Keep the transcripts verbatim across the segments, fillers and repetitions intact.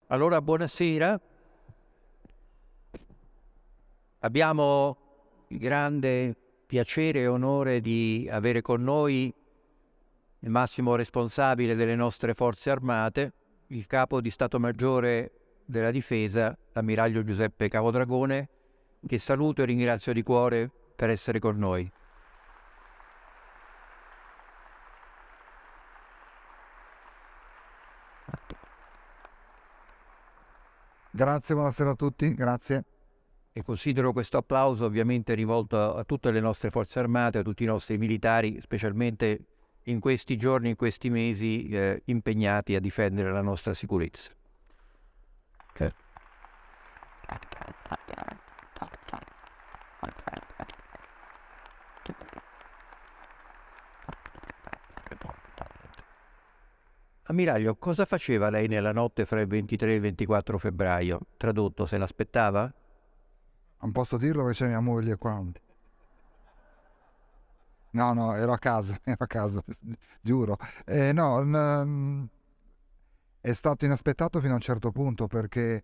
Allora, buonasera. Abbiamo il grande piacere e onore di avere con noi il massimo responsabile delle nostre forze armate, il capo di Stato Maggiore della Difesa, l'ammiraglio Giuseppe Capodragone, che saluto e ringrazio di cuore per essere con noi. Grazie, buonasera a tutti, grazie. E considero questo applauso ovviamente rivolto a tutte le nostre forze armate, a tutti i nostri militari, specialmente in questi giorni, in questi mesi eh, impegnati a difendere la nostra sicurezza. Okay. Ammiraglio, cosa faceva lei nella notte fra il ventitré e il ventiquattro febbraio? Tradotto, se l'aspettava? Non posso dirlo perché c'è mia moglie qua. No, no, ero a casa, ero a casa, giuro. Eh, no, n- è stato inaspettato fino a un certo punto perché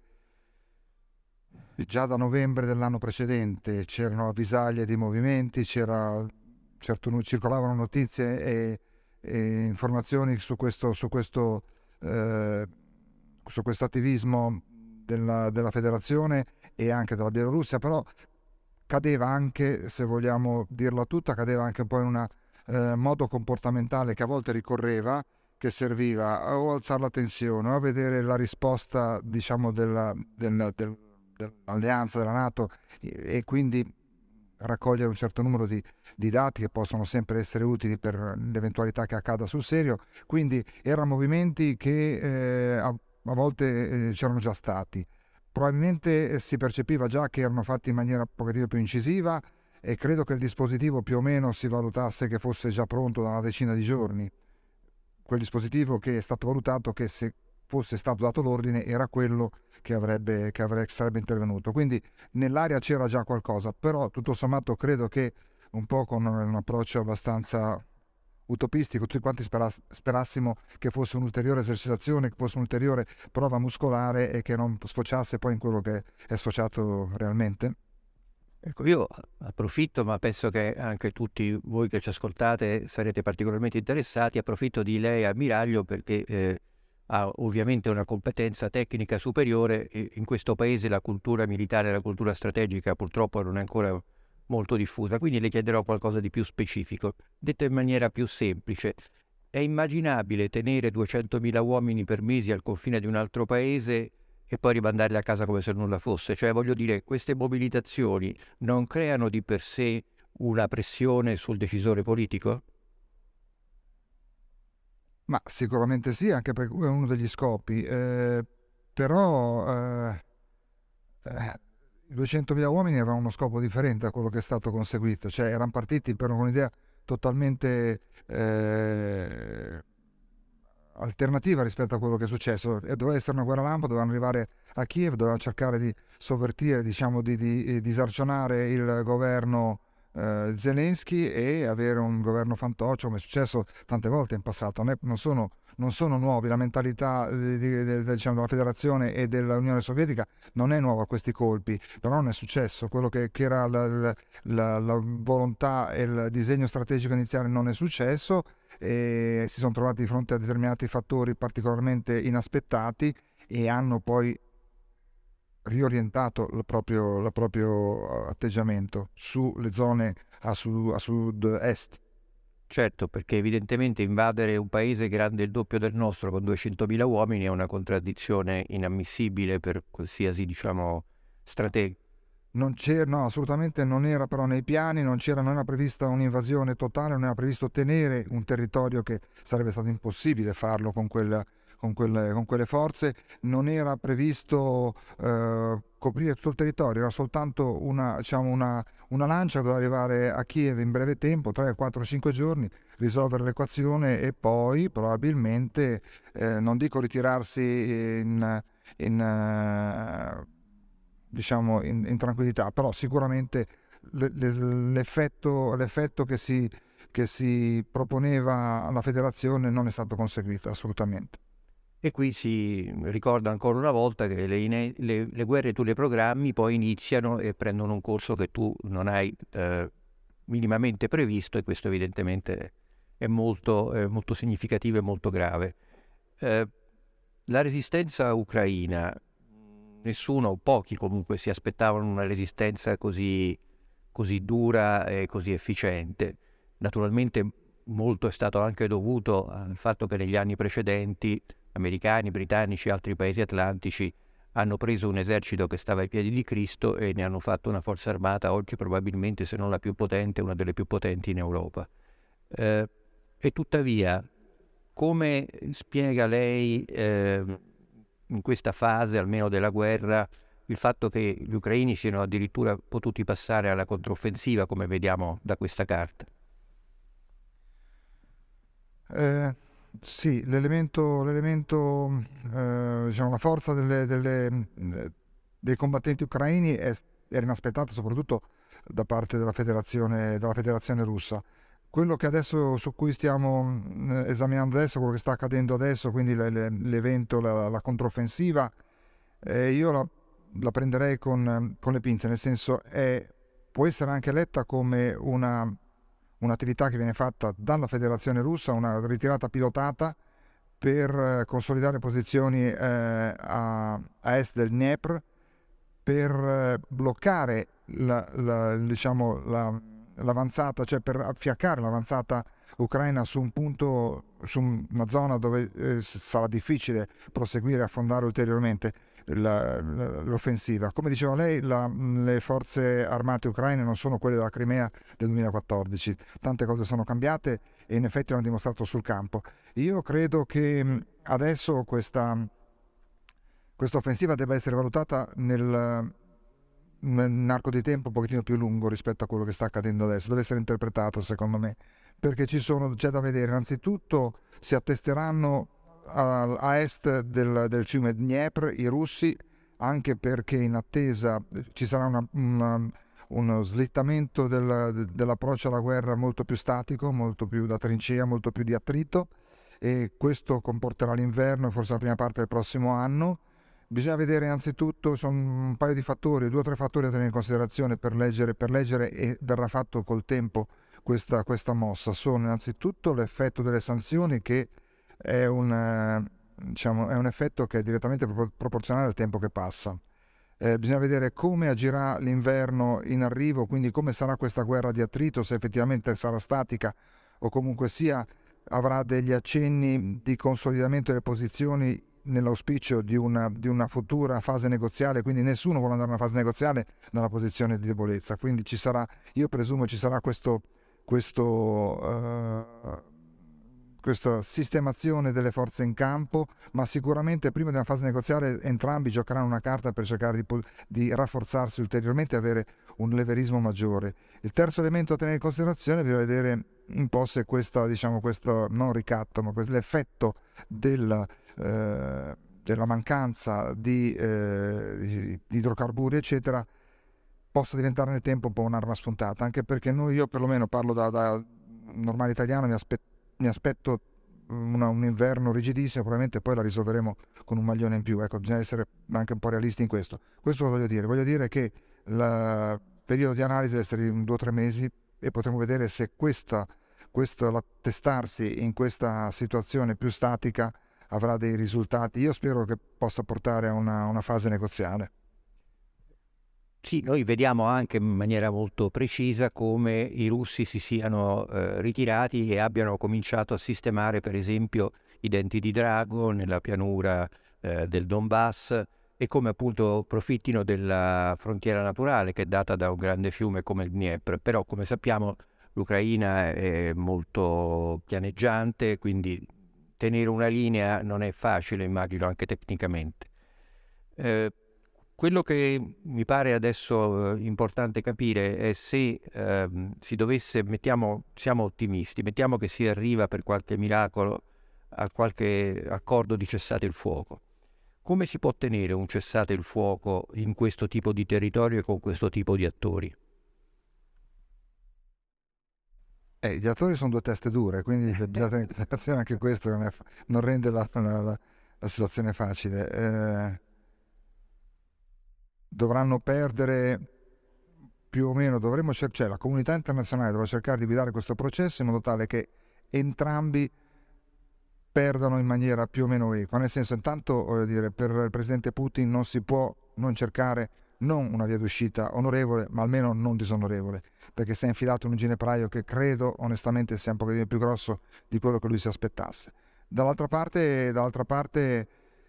già da novembre dell'anno precedente c'erano avvisaglie di movimenti, c'era, certo, circolavano notizie e, e informazioni su questo, su questo, eh, su questo attivismo della, della federazione e anche della Bielorussia, però cadeva anche, se vogliamo dirla tutta, cadeva anche un po' in un eh, modo comportamentale che a volte ricorreva, che serviva o a alzare la tensione o a vedere la risposta, diciamo, della, del, del, dell'alleanza, della NATO, e, e quindi raccogliere un certo numero di, di dati che possono sempre essere utili per l'eventualità che accada sul serio. Quindi erano movimenti che eh, a, a volte eh, c'erano già stati. Probabilmente si percepiva già che erano fatti in maniera un pochettino più incisiva e credo che il dispositivo più o meno si valutasse che fosse già pronto da una decina di giorni. Quel dispositivo che è stato valutato che, se fosse stato dato l'ordine, era quello che, avrebbe, che avrebbe, sarebbe intervenuto. Quindi nell'area c'era già qualcosa, però tutto sommato credo che un po' con un approccio abbastanza utopistico tutti quanti sperass- sperassimo che fosse un'ulteriore esercitazione, che fosse un'ulteriore prova muscolare e che non sfociasse poi in quello che è sfociato realmente. Ecco, io approfitto, ma penso che anche tutti voi che ci ascoltate sarete particolarmente interessati, approfitto di lei, ammiraglio, perché eh, ha ovviamente una competenza tecnica superiore e in questo paese la cultura militare, la cultura strategica purtroppo non è ancora molto diffusa, quindi le chiederò qualcosa di più specifico. Detto in maniera più semplice, è immaginabile tenere duecentomila uomini per mesi al confine di un altro paese e poi rimandarli a casa come se nulla fosse? Cioè, voglio dire, queste mobilitazioni non creano di per sé una pressione sul decisore politico? Ma sicuramente sì, anche perché è uno degli scopi, eh, però eh, eh, duecentomila uomini avevano uno scopo differente da quello che è stato conseguito, cioè erano partiti per un'idea totalmente eh, alternativa rispetto a quello che è successo. E doveva essere una guerra lampo, dovevano arrivare a Kiev, dovevano cercare di sovvertire, diciamo, di, di, di disarcionare il governo eh, Zelensky e avere un governo fantoccio, come è successo tante volte in passato. Non, è, non, sono, non sono nuovi, la mentalità di, di, di, diciamo, della federazione e dell'Unione Sovietica non è nuova a questi colpi, però non è successo. Quello che, che era la, la, la, la volontà e il disegno strategico iniziale non è successo, e si sono trovati di fronte a determinati fattori particolarmente inaspettati e hanno poi riorientato il proprio, il proprio atteggiamento sulle zone a, su, a sud-est. Certo, perché evidentemente invadere un paese grande il doppio del nostro con duecentomila uomini è una contraddizione inammissibile per qualsiasi, diciamo, stratega. Non c'era, no, assolutamente non era però nei piani, non, c'era, non era prevista un'invasione totale, non era previsto tenere un territorio, che sarebbe stato impossibile farlo con, quel, con, quelle, con quelle forze, non era previsto eh, coprire tutto il territorio, era soltanto una, diciamo una, una lancia che doveva arrivare a Kiev in breve tempo, tre, quattro, cinque giorni, risolvere l'equazione e poi probabilmente, eh, non dico ritirarsi in... in uh, diciamo in, in tranquillità, però sicuramente l'effetto, l'effetto che, si, che si proponeva alla federazione non è stato conseguito assolutamente. E qui si ricorda ancora una volta che le, ine- le- le guerre tu le programmi, poi iniziano e prendono un corso che tu non hai eh, minimamente previsto, e questo evidentemente è molto, è molto significativo e molto grave. Eh, la resistenza ucraina, nessuno, pochi comunque, si aspettavano una resistenza così, così dura e così efficiente. Naturalmente molto è stato anche dovuto al fatto che negli anni precedenti americani, britannici e altri paesi atlantici hanno preso un esercito che stava ai piedi di Cristo e ne hanno fatto una forza armata oggi probabilmente, se non la più potente, una delle più potenti in Europa. Eh, e tuttavia, come spiega lei eh, in questa fase, almeno della guerra, il fatto che gli ucraini siano addirittura potuti passare alla controffensiva, come vediamo da questa carta? Eh, sì, l'elemento, l'elemento, eh, diciamo, la forza delle- delle, eh, dei combattenti ucraini è, era inaspettata soprattutto da parte della federazione, della federazione russa. Quello che adesso, su cui stiamo mh, esaminando adesso, quello che sta accadendo adesso, quindi le- le- l'evento, la, la controffensiva, eh, io la, la prenderei con, con le pinze, nel senso è, può essere anche letta come una un'attività che viene fatta dalla Federazione Russa, una ritirata pilotata per eh, consolidare posizioni eh, a, a est del Dnepr, per eh, bloccare la, la, diciamo, la, l'avanzata, cioè per affiaccare l'avanzata ucraina su un punto, su una zona dove eh, sarà difficile proseguire e affondare ulteriormente la, la, l'offensiva. Come diceva lei, la, le forze armate ucraine non sono quelle della Crimea del duemilaquattordici, tante cose sono cambiate e in effetti hanno dimostrato sul campo. Io credo che adesso questa, questa offensiva debba essere valutata nel, nell'arco di tempo un pochettino più lungo rispetto a quello che sta accadendo adesso, deve essere interpretata secondo me, perché ci sono, c'è da vedere, innanzitutto si attesteranno a, a est del, del fiume Dnepr i russi, anche perché in attesa ci sarà una, una, uno slittamento del, dell'approccio alla guerra molto più statico, molto più da trincea, molto più di attrito, e questo comporterà l'inverno e forse la prima parte del prossimo anno. Bisogna vedere innanzitutto, sono un paio di fattori, due o tre fattori da tenere in considerazione per leggere, per leggere e verrà fatto col tempo questa, questa mossa. Sono innanzitutto l'effetto delle sanzioni, che è un, eh, diciamo, è un effetto che è direttamente propor- proporzionale al tempo che passa. Eh, bisogna vedere come agirà l'inverno in arrivo, quindi come sarà questa guerra di attrito, se effettivamente sarà statica o comunque sia avrà degli accenni di consolidamento delle posizioni nell'auspicio di una, di una futura fase negoziale, quindi nessuno vuole andare a una fase negoziale nella posizione di debolezza, quindi ci sarà, io presumo ci sarà questo, questo, eh, questa sistemazione delle forze in campo, ma sicuramente prima di una fase negoziale entrambi giocheranno una carta per cercare di, di rafforzarsi ulteriormente e avere un leverismo maggiore. Il terzo elemento da tenere in considerazione bisogna vedere un po' se questa, diciamo, questo non ricatto, ma l'effetto della, eh, della mancanza di, eh, di idrocarburi, eccetera, possa diventare nel tempo un po' un'arma spuntata, anche perché noi, io perlomeno parlo da, da normale italiano, mi, aspe- mi aspetto una, un inverno rigidissimo, probabilmente poi la risolveremo con un maglione in più, ecco, bisogna essere anche un po' realisti in questo. Questo lo voglio dire, voglio dire che il periodo di analisi deve essere di due o tre mesi e potremo vedere se questa, questo attestarsi in questa situazione più statica avrà dei risultati. Io spero che possa portare a una, una fase negoziale. Sì, noi vediamo anche in maniera molto precisa come i russi si siano eh, ritirati e abbiano cominciato a sistemare, per esempio, i denti di drago nella pianura eh, del Donbass, e come appunto profittino della frontiera naturale che è data da un grande fiume come il Dniepr. Però, come sappiamo, l'Ucraina è molto pianeggiante, quindi tenere una linea non è facile, immagino, anche tecnicamente. Eh, quello che mi pare adesso eh, importante capire è se ehm, si dovesse, mettiamo, siamo ottimisti, mettiamo che si arriva per qualche miracolo a qualche accordo di cessate il fuoco. Come si può ottenere un cessate il fuoco in questo tipo di territorio e con questo tipo di attori? Eh, gli attori sono due teste dure, quindi bisogna tenere in considerazione anche questo, non, è, non rende la, la, la situazione facile. Eh, dovranno perdere più o meno, dovremmo cercare, la comunità internazionale dovrà cercare di guidare questo processo in modo tale che entrambi perdano in maniera più o meno equa. Nel senso, intanto, voglio dire, per il presidente Putin non si può non cercare non una via d'uscita onorevole, ma almeno non disonorevole, perché si è infilato in un ginepraio che credo onestamente sia un pochettino più grosso di quello che lui si aspettasse. Dall'altra parte, dall'altra parte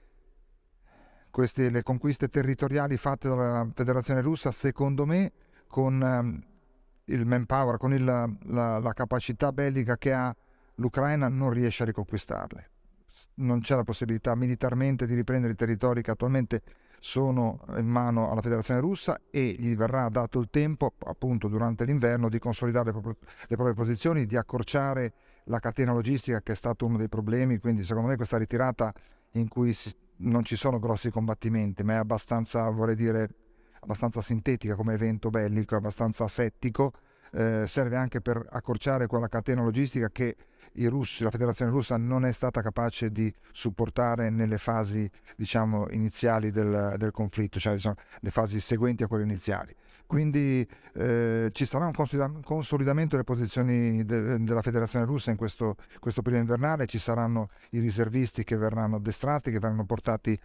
queste, le conquiste territoriali fatte dalla Federazione Russa, secondo me, con um, il manpower, con il, la, la capacità bellica che ha l'Ucraina, non riesce a riconquistarle. Non c'è la possibilità militarmente di riprendere i territori che attualmente sono in mano alla Federazione Russa, e gli verrà dato il tempo, appunto durante l'inverno, di consolidare le proprie, le proprie posizioni, di accorciare la catena logistica, che è stato uno dei problemi. Quindi secondo me questa ritirata, in cui si, non ci sono grossi combattimenti, ma è abbastanza, vorrei dire, abbastanza sintetica come evento bellico, abbastanza asettico, eh, serve anche per accorciare quella catena logistica che i russi, la Federazione Russa non è stata capace di supportare nelle fasi, diciamo, iniziali del, del conflitto, cioè diciamo, le fasi seguenti a quelle iniziali. Quindi eh, ci sarà un consolidamento delle posizioni de, della Federazione Russa in questo, questo periodo invernale. Ci saranno i riservisti che verranno addestrati, che verranno portati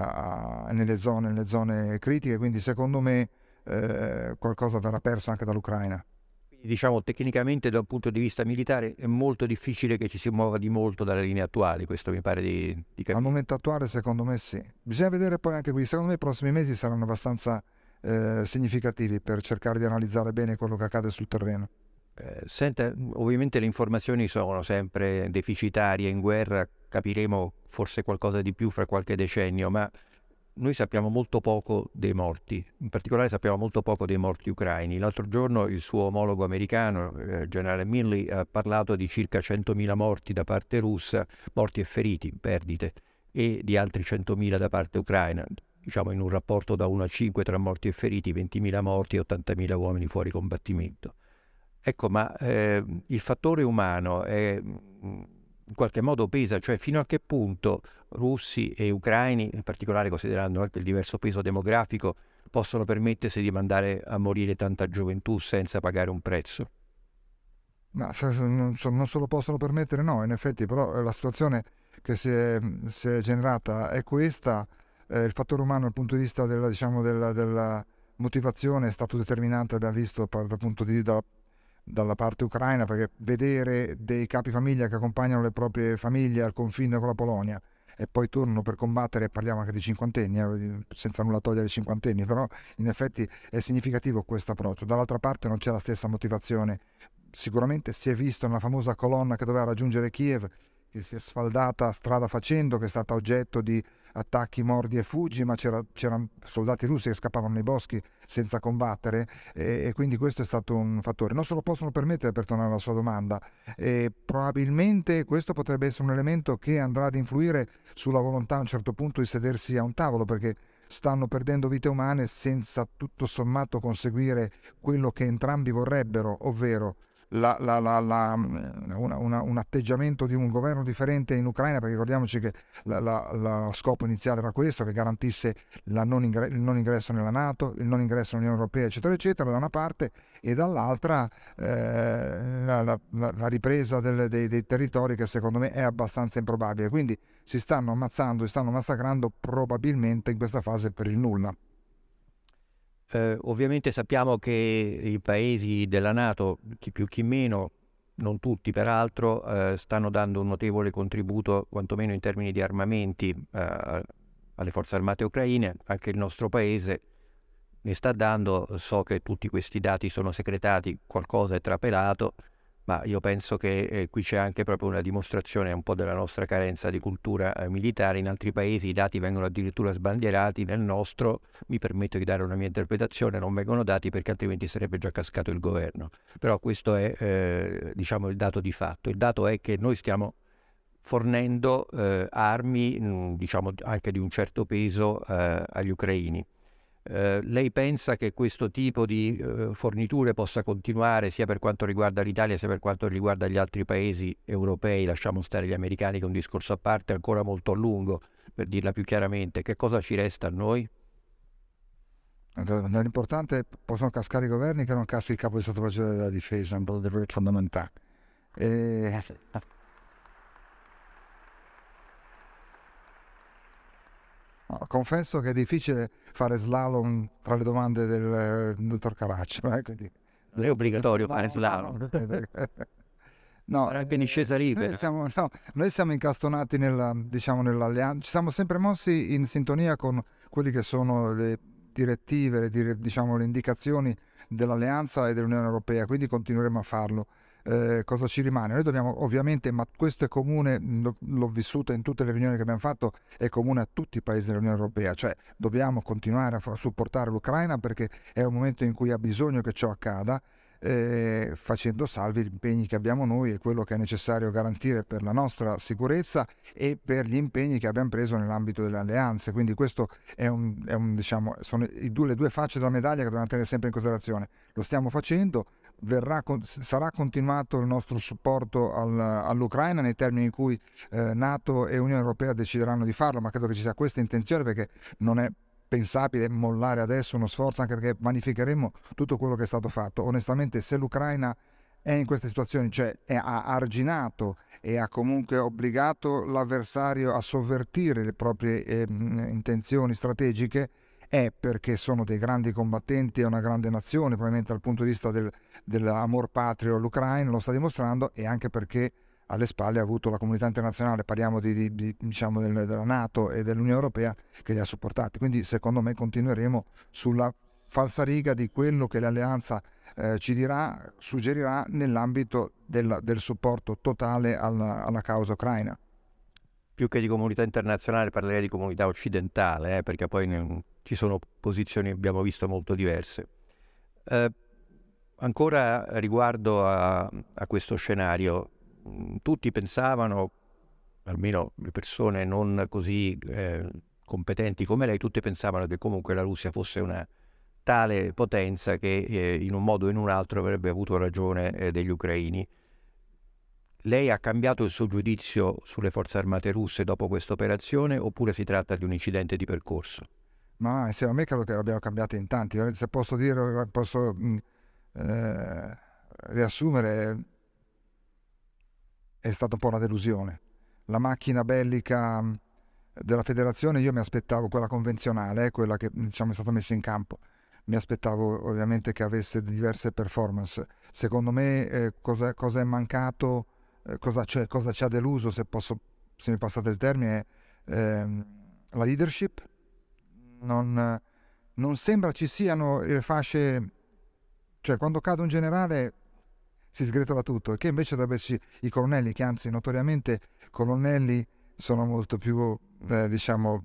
uh, nelle, zone, nelle zone critiche, quindi secondo me eh, qualcosa verrà perso anche dall'Ucraina. Diciamo, tecnicamente da un punto di vista militare è molto difficile che ci si muova di molto dalle linee attuali, questo mi pare di, di capire. Al momento attuale secondo me sì. Bisogna vedere poi anche qui, secondo me i prossimi mesi saranno abbastanza eh, significativi per cercare di analizzare bene quello che accade sul terreno. Eh, senta, ovviamente le informazioni sono sempre deficitarie in guerra, capiremo forse qualcosa di più fra qualche decennio, ma noi sappiamo molto poco dei morti, in particolare sappiamo molto poco dei morti ucraini. L'altro giorno il suo omologo americano, il eh, generale Milley, ha parlato di circa centomila morti da parte russa, morti e feriti, perdite, e di altri centomila da parte ucraina, diciamo in un rapporto da uno a cinque tra morti e feriti, ventimila morti e ottantamila uomini fuori combattimento. Ecco, ma eh, il fattore umano è... in qualche modo pesa, cioè fino a che punto russi e ucraini, in particolare considerando anche il diverso peso demografico, possono permettersi di mandare a morire tanta gioventù senza pagare un prezzo? Ma non se lo possono permettere, no, in effetti, però la situazione che si è, si è generata è questa. Eh, il fattore umano dal punto di vista della, diciamo, della, della motivazione è stato determinante, abbiamo visto dal punto di vista dalla parte ucraina, perché vedere dei capi famiglia che accompagnano le proprie famiglie al confine con la Polonia e poi tornano per combattere, parliamo anche di cinquantenni, eh, senza nulla togliere ai cinquantenni, però in effetti è significativo questo approccio. Dall'altra parte non c'è la stessa motivazione. Sicuramente si è visto nella famosa colonna che doveva raggiungere Kiev, che si è sfaldata strada facendo, che è stata oggetto di attacchi, mordi e fuggi, ma c'era, c'erano soldati russi che scappavano nei boschi senza combattere, e, e quindi questo è stato un fattore. Non se lo possono permettere, per tornare alla sua domanda, e probabilmente questo potrebbe essere un elemento che andrà ad influire sulla volontà a un certo punto di sedersi a un tavolo, perché stanno perdendo vite umane senza tutto sommato conseguire quello che entrambi vorrebbero, ovvero La, la, la, la, una, una, un atteggiamento di un governo differente in Ucraina, perché ricordiamoci che lo scopo iniziale era questo, che garantisse la non ingre, il non ingresso nella NATO, il non ingresso nell'Unione Europea, eccetera, eccetera, da una parte, e dall'altra eh, la, la, la ripresa del, dei, dei territori, che secondo me è abbastanza improbabile. Quindi si stanno ammazzando, si stanno massacrando probabilmente in questa fase per il nulla. Eh, ovviamente sappiamo che i paesi della NATO, chi più chi meno, non tutti peraltro, eh, stanno dando un notevole contributo, quantomeno in termini di armamenti, eh, alle forze armate ucraine. Anche il nostro paese ne sta dando. So che tutti questi dati sono secretati, qualcosa è trapelato, ma io penso che eh, qui c'è anche proprio una dimostrazione un po' della nostra carenza di cultura eh, militare. In altri paesi i dati vengono addirittura sbandierati, nel nostro, mi permetto di dare una mia interpretazione, non vengono dati perché altrimenti sarebbe già cascato il governo. Però questo è eh, diciamo il dato di fatto. Il dato è che noi stiamo fornendo eh, armi, mh, diciamo anche di un certo peso eh, agli ucraini. Uh, lei pensa che questo tipo di uh, forniture possa continuare sia per quanto riguarda l'Italia sia per quanto riguarda gli altri paesi europei? Lasciamo stare gli americani, che è un discorso a parte ancora molto a lungo, per dirla più chiaramente, che cosa ci resta a noi? L'importante è che possono cascare i governi, che non caschi il capo di Stato Maggiore della Difesa, è un dovere fondamentale. E... No, confesso che è difficile fare slalom tra le domande del uh, dottor Caracciolo. Eh, quindi... Non è obbligatorio no, fare no, slalom. no, no, anche in discesa libera. Noi siamo, no, noi siamo incastonati nella, diciamo, nell'alleanza, ci siamo sempre mossi in sintonia con quelli che sono le direttive, le, dire, diciamo, le indicazioni dell'alleanza e dell'Unione Europea, quindi continueremo a farlo. Eh, cosa ci rimane? Noi dobbiamo ovviamente, ma questo è comune, l'ho vissuto in tutte le riunioni che abbiamo fatto, è comune a tutti i paesi dell'Unione Europea, cioè dobbiamo continuare a supportare l'Ucraina perché è un momento in cui ha bisogno che ciò accada, eh, facendo salvi gli impegni che abbiamo noi e quello che è necessario garantire per la nostra sicurezza e per gli impegni che abbiamo preso nell'ambito delle alleanze. Quindi questo è un, è un diciamo, sono i due, le due facce della medaglia che dobbiamo tenere sempre in considerazione. Lo stiamo facendo. Verrà, sarà continuato il nostro supporto al, all'Ucraina nei termini in cui eh, NATO e Unione Europea decideranno di farlo, ma credo che ci sia questa intenzione, perché non è pensabile mollare adesso uno sforzo, anche perché vanificheremo tutto quello che è stato fatto. Onestamente, se l'Ucraina è in queste situazioni, cioè è, ha arginato e ha comunque obbligato l'avversario a sovvertire le proprie eh, intenzioni strategiche, è perché sono dei grandi combattenti, è una grande nazione, probabilmente dal punto di vista del, dell'amor patrio l'Ucraina lo sta dimostrando, e anche perché alle spalle ha avuto la comunità internazionale, parliamo di, di, di, diciamo del, della NATO e dell'Unione Europea, che li ha supportati. Quindi secondo me continueremo sulla falsariga di quello che l'alleanza eh, ci dirà, suggerirà nell'ambito del, del supporto totale alla, alla causa ucraina. Più che di comunità internazionale parlerei di comunità occidentale, eh, perché poi ne, ci sono posizioni, abbiamo visto, molto diverse. Eh, ancora riguardo a, a questo scenario, tutti pensavano, almeno le persone non così eh, competenti come lei, tutti pensavano che comunque la Russia fosse una tale potenza che eh, in un modo o in un altro avrebbe avuto ragione eh, degli ucraini. Lei ha cambiato il suo giudizio sulle forze armate russe dopo questa operazione, oppure si tratta di un incidente di percorso? Ma sì, a me credo che l'abbiamo cambiato in tanti. Se posso dire, posso mh, eh, riassumere, è stata un po' una delusione. La macchina bellica della federazione, io mi aspettavo quella convenzionale, eh, quella che diciamo è stata messa in campo. Mi aspettavo ovviamente che avesse diverse performance. Secondo me eh, cosa, cosa è mancato, eh, cosa, cioè, cosa ci ha deluso, se, posso, se mi passate il termine, eh, la leadership. Non, non sembra ci siano le fasce, cioè quando cade un generale si sgretola tutto, e che invece dovrebbe esserci i colonnelli, che anzi notoriamente colonnelli sono molto più, eh, diciamo,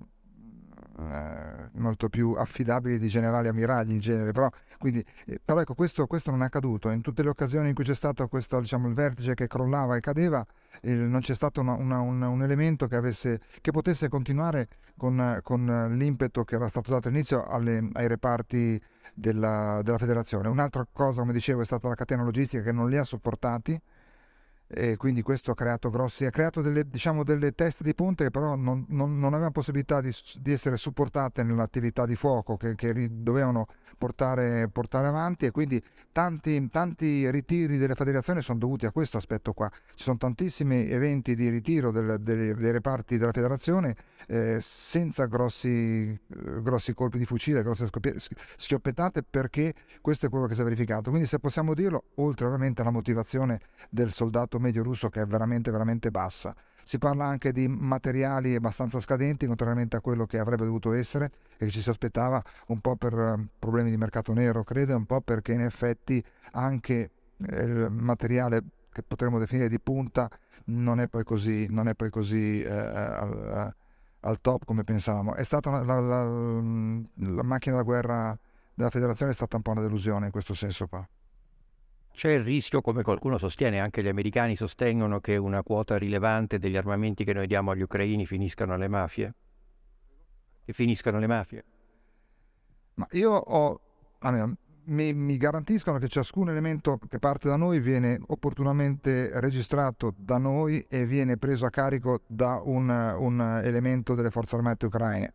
eh, molto più affidabili di generali ammiragli in genere, però, quindi, eh, però ecco, questo, questo non è accaduto. In tutte le occasioni in cui c'è stato questo, diciamo, il vertice che crollava e cadeva, eh, non c'è stato una, una, un, un elemento che, avesse, che potesse continuare con, con l'impeto che era stato dato all'inizio alle, ai reparti della, della federazione. Un'altra cosa, come dicevo, è stata la catena logistica che non li ha sopportati, e quindi questo ha creato grossi, ha creato delle, diciamo, delle teste di ponte che però non, non, non avevano possibilità di, di essere supportate nell'attività di fuoco che, che dovevano portare, portare avanti, e quindi tanti, tanti ritiri delle federazioni sono dovuti a questo aspetto qua. Ci sono tantissimi eventi di ritiro del, del, dei reparti della federazione eh, senza grossi, eh, grossi colpi di fucile, grosse schioppettate, perché questo è quello che si è verificato. Quindi, se possiamo dirlo, oltre ovviamente alla motivazione del soldato medio russo, che è veramente veramente bassa. Si parla anche di materiali abbastanza scadenti, contrariamente a quello che avrebbe dovuto essere e che ci si aspettava, un po' per problemi di mercato nero, credo, e un po' perché in effetti anche il materiale che potremmo definire di punta non è poi così, non è poi così eh, al, al top come pensavamo. È stata una, la, la, la macchina da guerra della federazione è stata un po' una delusione in questo senso qua. C'è il rischio, come qualcuno sostiene, anche gli americani sostengono, che una quota rilevante degli armamenti che noi diamo agli ucraini finiscano alle mafie? Che finiscano alle mafie? Ma io ho, allora, mi, mi garantiscono che ciascun elemento che parte da noi viene opportunamente registrato da noi e viene preso a carico da un, un elemento delle forze armate ucraine.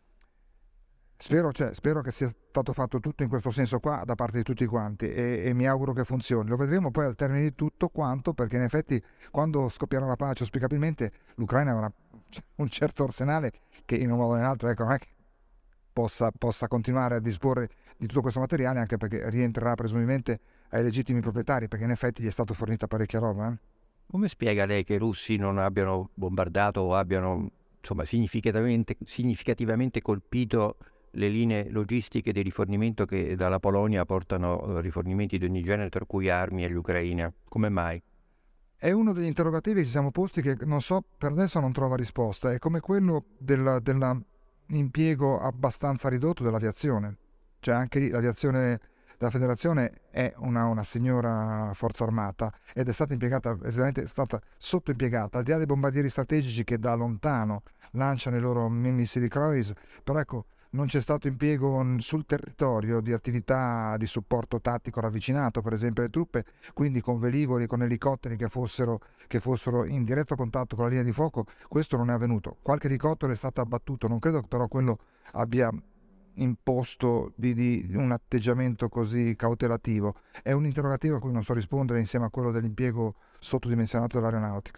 Spero, cioè, spero che sia stato fatto tutto in questo senso qua da parte di tutti quanti e, e mi auguro che funzioni. Lo vedremo poi al termine di tutto quanto, perché in effetti quando scoppierà la pace auspicabilmente l'Ucraina avrà un certo arsenale che in un modo o nell'altro, ecco, non è che possa, possa continuare a disporre di tutto questo materiale, anche perché rientrerà presumibilmente ai legittimi proprietari, perché in effetti gli è stato fornita parecchia roba. Eh? Come spiega lei che i russi non abbiano bombardato o abbiano, insomma, significativamente, significativamente colpito le linee logistiche di rifornimento che dalla Polonia portano rifornimenti di ogni genere, tra cui armi agli ucraini? Come mai? È uno degli interrogativi che ci siamo posti che non so, per adesso non trova risposta. È come quello della, della impiego abbastanza ridotto dell'aviazione. Cioè anche lì l'aviazione della federazione è una, una signora forza armata ed è stata impiegata, è stata sottoimpiegata, al di là dei bombardieri strategici che da lontano lanciano i loro missili cruise, però ecco, non c'è stato impiego sul territorio di attività di supporto tattico ravvicinato, per esempio alle truppe, quindi con velivoli, con elicotteri che fossero, che fossero in diretto contatto con la linea di fuoco. Questo non è avvenuto. Qualche elicottero è stato abbattuto, non credo che però quello abbia imposto di, di un atteggiamento così cautelativo. È un interrogativo a cui non so rispondere insieme a quello dell'impiego sottodimensionato dell'aeronautica.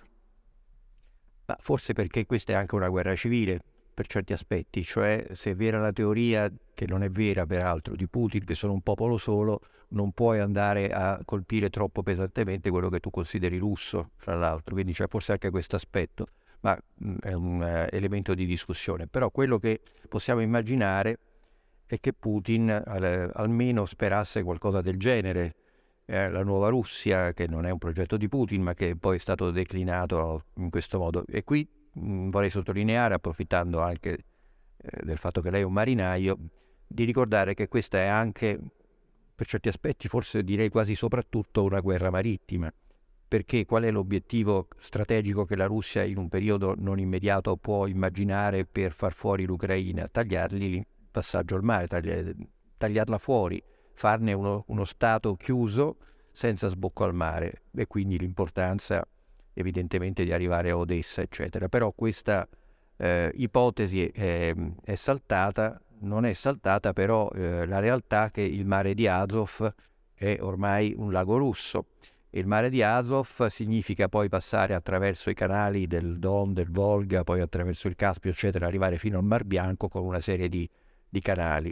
Ma forse perché questa è anche una guerra civile, per certi aspetti, cioè se è vera la teoria, che non è vera peraltro, di Putin, che sono un popolo solo, non puoi andare a colpire troppo pesantemente quello che tu consideri russo, fra l'altro, quindi c'è forse anche questo aspetto, ma mh, è un uh, elemento di discussione. Però quello che possiamo immaginare è che Putin al, almeno sperasse qualcosa del genere, eh, la nuova Russia, che non è un progetto di Putin, ma che poi è stato declinato in questo modo. E qui mh, vorrei sottolineare, approfittando anche eh, del fatto che lei è un marinaio, di ricordare che questa è anche, per certi aspetti, forse direi quasi soprattutto, una guerra marittima. Perché qual è l'obiettivo strategico che la Russia in un periodo non immediato può immaginare per far fuori l'Ucraina? Tagliargli il passaggio al mare, tagli- tagliarla fuori, farne uno, uno stato chiuso senza sbocco al mare, e quindi l'importanza evidentemente di arrivare a Odessa, eccetera. Però questa eh, ipotesi è, è saltata, non è saltata però eh, la realtà che il mare di Azov è ormai un lago russo. Il mare di Azov significa poi passare attraverso i canali del Don, del Volga, poi attraverso il Caspio, eccetera, arrivare fino al Mar Bianco con una serie di, di canali.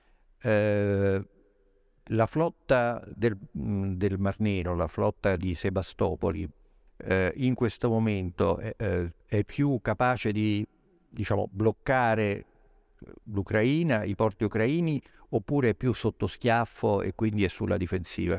Eh, la flotta del, del Mar Nero, la flotta di Sebastopoli, eh, in questo momento è, eh, è più capace di, diciamo, bloccare l'Ucraina, i porti ucraini, oppure è più sotto schiaffo e quindi è sulla difensiva?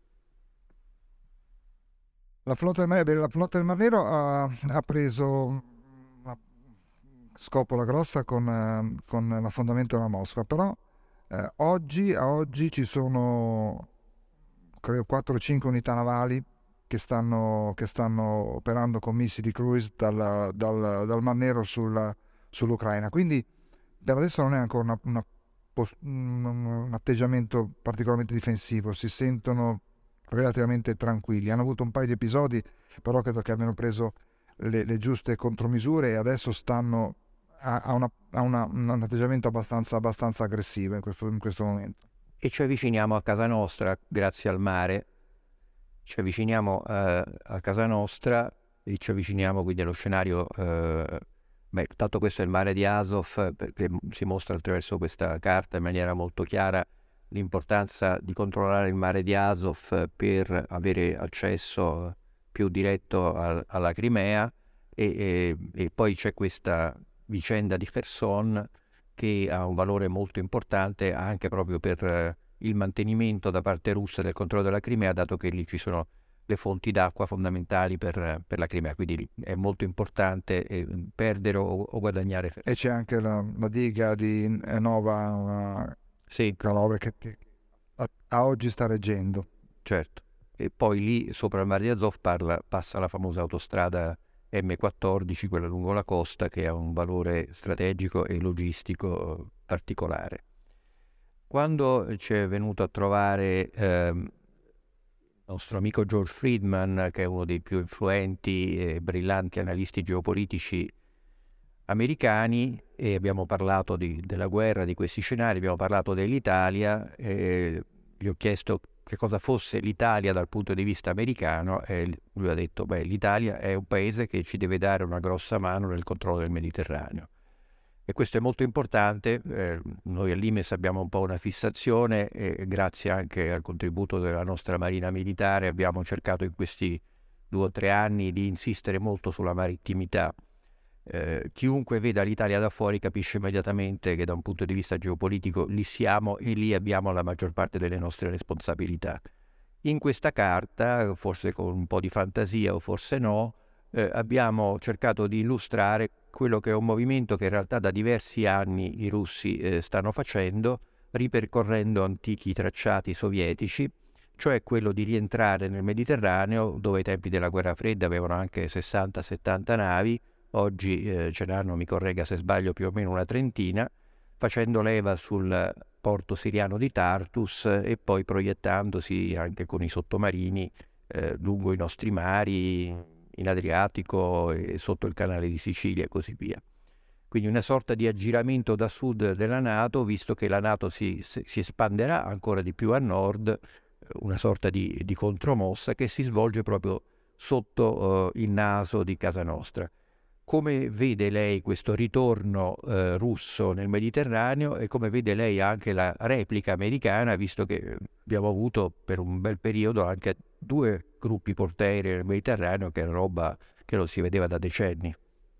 La flotta del Mar, la flotta del Mar Nero ha, ha preso una scopola grossa con, eh, con l'affondamento della Mosca, però eh, oggi, a oggi ci sono credo quattro o cinque unità navali che stanno, che stanno operando con missili cruise dal, dal, dal Mar Nero sul, sull'Ucraina, quindi per adesso non è ancora una, una post, un, un atteggiamento particolarmente difensivo, si sentono relativamente tranquilli. Hanno avuto un paio di episodi, però credo che abbiano preso le, le giuste contromisure e adesso stanno a, a, una, a una, un atteggiamento abbastanza, abbastanza aggressivo in questo, in questo momento. E ci avviciniamo a casa nostra, grazie al mare, ci avviciniamo eh, a casa nostra e ci avviciniamo quindi allo scenario, eh, beh, tanto questo è il mare di Azov, perché si mostra attraverso questa carta in maniera molto chiara l'importanza di controllare il mare di Azov per avere accesso più diretto a, alla Crimea, e, e, e poi c'è questa vicenda di Kherson che ha un valore molto importante anche proprio per eh, il mantenimento da parte russa del controllo della Crimea, dato che lì ci sono le fonti d'acqua fondamentali per, per la Crimea, quindi è molto importante eh, perdere o, o guadagnare. E c'è anche la, la diga di Nova uh, sì. Calove che, che a, a oggi sta reggendo. Certo, e poi lì sopra il Mare di Azov parla, passa la famosa autostrada M quattordici, quella lungo la costa, che ha un valore strategico e logistico particolare. Quando ci è venuto a trovare ehm, il nostro amico George Friedman, che è uno dei più influenti e brillanti analisti geopolitici americani, e abbiamo parlato di, della guerra, di questi scenari, abbiamo parlato dell'Italia, e gli ho chiesto che cosa fosse l'Italia dal punto di vista americano, e lui ha detto, beh, l'Italia è un paese che ci deve dare una grossa mano nel controllo del Mediterraneo. E questo è molto importante. Eh, noi all'I M E S abbiamo un po' una fissazione e grazie anche al contributo della nostra Marina Militare abbiamo cercato in questi due o tre anni di insistere molto sulla marittimità. Eh, chiunque veda l'Italia da fuori capisce immediatamente che da un punto di vista geopolitico lì siamo e lì abbiamo la maggior parte delle nostre responsabilità. In questa carta, forse con un po' di fantasia o forse no, eh, abbiamo cercato di illustrare quello che è un movimento che in realtà da diversi anni i russi eh, stanno facendo, ripercorrendo antichi tracciati sovietici, cioè quello di rientrare nel Mediterraneo, dove ai tempi della guerra fredda avevano anche sessanta settanta navi, oggi eh, ce n'hanno, mi corregga se sbaglio, più o meno una trentina, facendo leva sul porto siriano di Tartus e poi proiettandosi anche con i sottomarini eh, lungo i nostri mari, in Adriatico e sotto il canale di Sicilia e così via. Quindi una sorta di aggiramento da sud della NATO, visto che la NATO si, si espanderà ancora di più a nord, una sorta di, di contromossa che si svolge proprio sotto uh, il naso di casa nostra. Come vede lei questo ritorno eh, russo nel Mediterraneo e come vede lei anche la replica americana, visto che abbiamo avuto per un bel periodo anche due gruppi portaerei nel Mediterraneo, che è una roba che non si vedeva da decenni?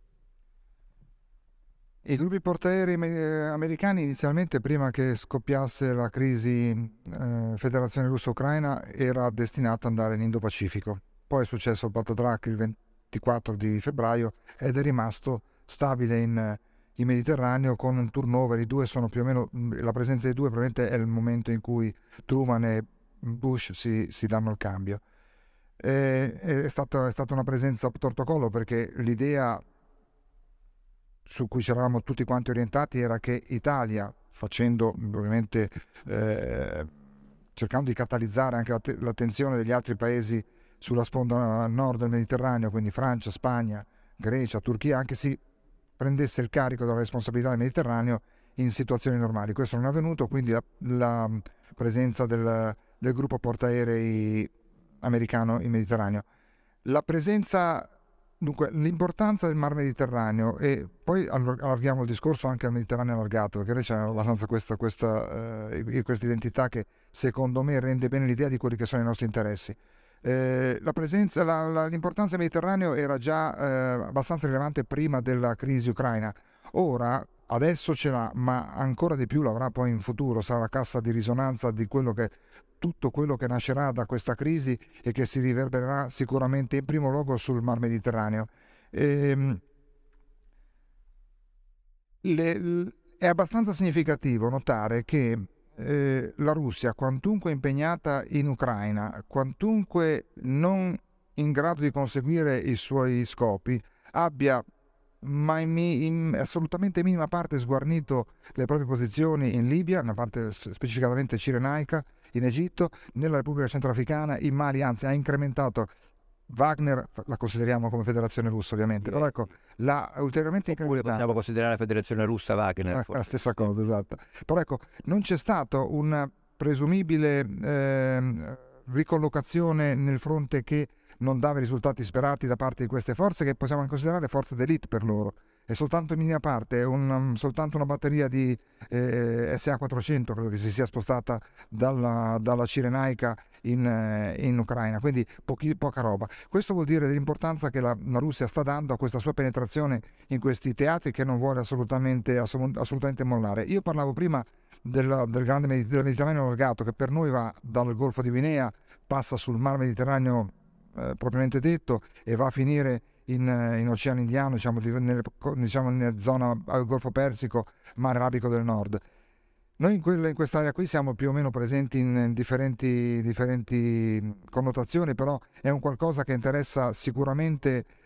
I gruppi portaerei americani inizialmente, prima che scoppiasse la crisi eh, Federazione Russa-Ucraina, era destinato ad andare in Indo-Pacifico. Poi è successo il Patodrac il ventiquattro di febbraio ed è rimasto stabile in, in Mediterraneo con un turnover. I due sono più o meno, la presenza dei due probabilmente è il momento in cui Truman e Bush si, si danno il cambio. E, è, stata, è stata una presenza tortocollo, perché l'idea su cui ci eravamo tutti quanti orientati era che Italia, facendo ovviamente eh, cercando di catalizzare anche l'att- l'attenzione degli altri paesi sulla sponda nord del Mediterraneo, quindi Francia, Spagna, Grecia, Turchia, anche si prendesse il carico della responsabilità del Mediterraneo in situazioni normali. Questo non è avvenuto, quindi la, la presenza del, del gruppo portaerei americano in Mediterraneo. La presenza, dunque, l'importanza del Mar Mediterraneo, e poi allarghiamo il discorso anche al Mediterraneo allargato, perché lei c'è abbastanza questa, questa, eh, questa identità che secondo me rende bene l'idea di quelli che sono i nostri interessi. Eh, la presenza, la, la, l'importanza del Mediterraneo era già eh, abbastanza rilevante prima della crisi ucraina. Ora, adesso ce l'ha, ma ancora di più l'avrà poi in futuro, sarà la cassa di risonanza di quello che, tutto quello che nascerà da questa crisi e che si riverbererà sicuramente in primo luogo sul Mar Mediterraneo. E, le, è abbastanza significativo notare che eh, la Russia, quantunque impegnata in Ucraina, quantunque non in grado di conseguire i suoi scopi, abbia ma in, in assolutamente minima parte sguarnito le proprie posizioni in Libia, una parte specificatamente cirenaica, in Egitto, nella Repubblica Centroafricana, in Mali, anzi ha incrementato. Wagner la consideriamo come federazione russa, ovviamente, però ecco, l'ha ulteriormente incrementata. Possiamo considerare la federazione russa Wagner. Eh, la stessa cosa, esatto. Però ecco, non c'è stato una presumibile eh, ricollocazione nel fronte che non dava i risultati sperati da parte di queste forze, che possiamo considerare forze d'élite per loro. È soltanto in minima parte, è un, soltanto una batteria di eh, S A quattrocento credo che si sia spostata dalla, dalla Cirenaica in, eh, in Ucraina, quindi pochi, poca roba. Questo vuol dire dell'importanza che la, la Russia sta dando a questa sua penetrazione in questi teatri, che non vuole assolutamente, assolutamente mollare. Io parlavo prima del, del grande Mediterraneo allargato, che per noi va dal Golfo di Guinea, passa sul Mar Mediterraneo eh, propriamente detto e va a finire in, in Oceano Indiano, diciamo, nelle, diciamo nella zona al Golfo Persico, Mare Arabico del Nord. Noi in, quella, in quest'area qui siamo più o meno presenti in differenti, differenti connotazioni, però è un qualcosa che interessa sicuramente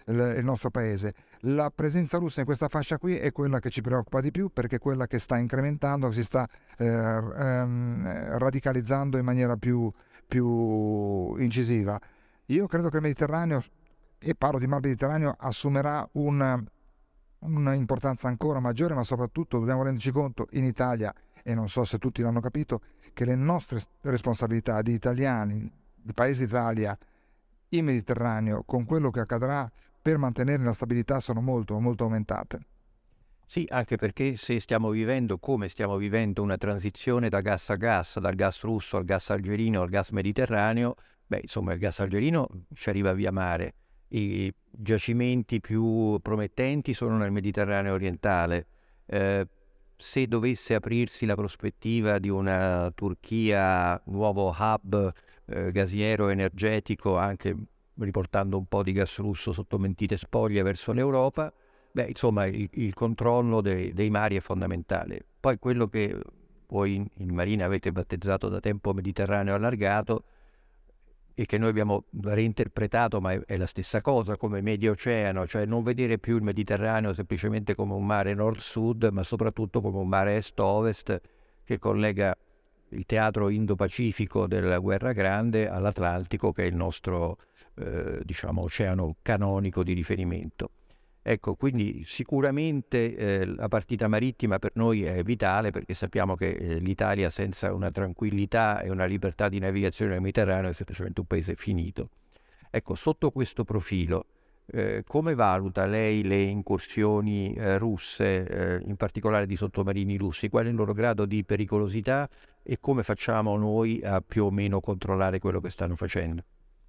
il, il nostro paese. La presenza russa in questa fascia qui è quella che ci preoccupa di più, perché è quella che sta incrementando, si sta eh, ehm, radicalizzando in maniera più, più incisiva. Io credo che il Mediterraneo, e parlo di Mar Mediterraneo, assumerà una, una importanza ancora maggiore, ma soprattutto dobbiamo renderci conto in Italia, e non so se tutti l'hanno capito, che le nostre responsabilità di italiani, di Paese Italia, in Mediterraneo, con quello che accadrà per mantenere la stabilità, sono molto, molto aumentate. Sì, anche perché se stiamo vivendo, come stiamo vivendo, una transizione da gas a gas, dal gas russo al gas algerino al gas mediterraneo, beh, insomma, il gas algerino ci arriva via mare. I giacimenti più promettenti sono nel Mediterraneo orientale. Eh, se dovesse aprirsi la prospettiva di una Turchia, nuovo hub eh, gasiero energetico, anche riportando un po' di gas russo sotto mentite spoglie verso l'Europa, beh, insomma, il, il controllo dei, dei mari è fondamentale. Poi quello che voi in, in Marina avete battezzato da tempo Mediterraneo allargato e che noi abbiamo reinterpretato, ma è, è la stessa cosa, come Medio Oceano, cioè non vedere più il Mediterraneo semplicemente come un mare nord-sud, ma soprattutto come un mare est-ovest che collega il teatro Indo-Pacifico della Guerra Grande all'Atlantico, che è il nostro eh, diciamo, oceano canonico di riferimento. Ecco, quindi sicuramente eh, la partita marittima per noi è vitale, perché sappiamo che eh, l'Italia senza una tranquillità e una libertà di navigazione nel Mediterraneo è semplicemente un paese finito. Ecco, sotto questo profilo, eh, come valuta lei le incursioni eh, russe, eh, in particolare di sottomarini russi? Qual è il loro grado di pericolosità e come facciamo noi a più o meno controllare quello che stanno facendo?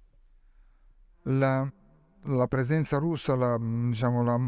La, la presenza russa, la, diciamo, la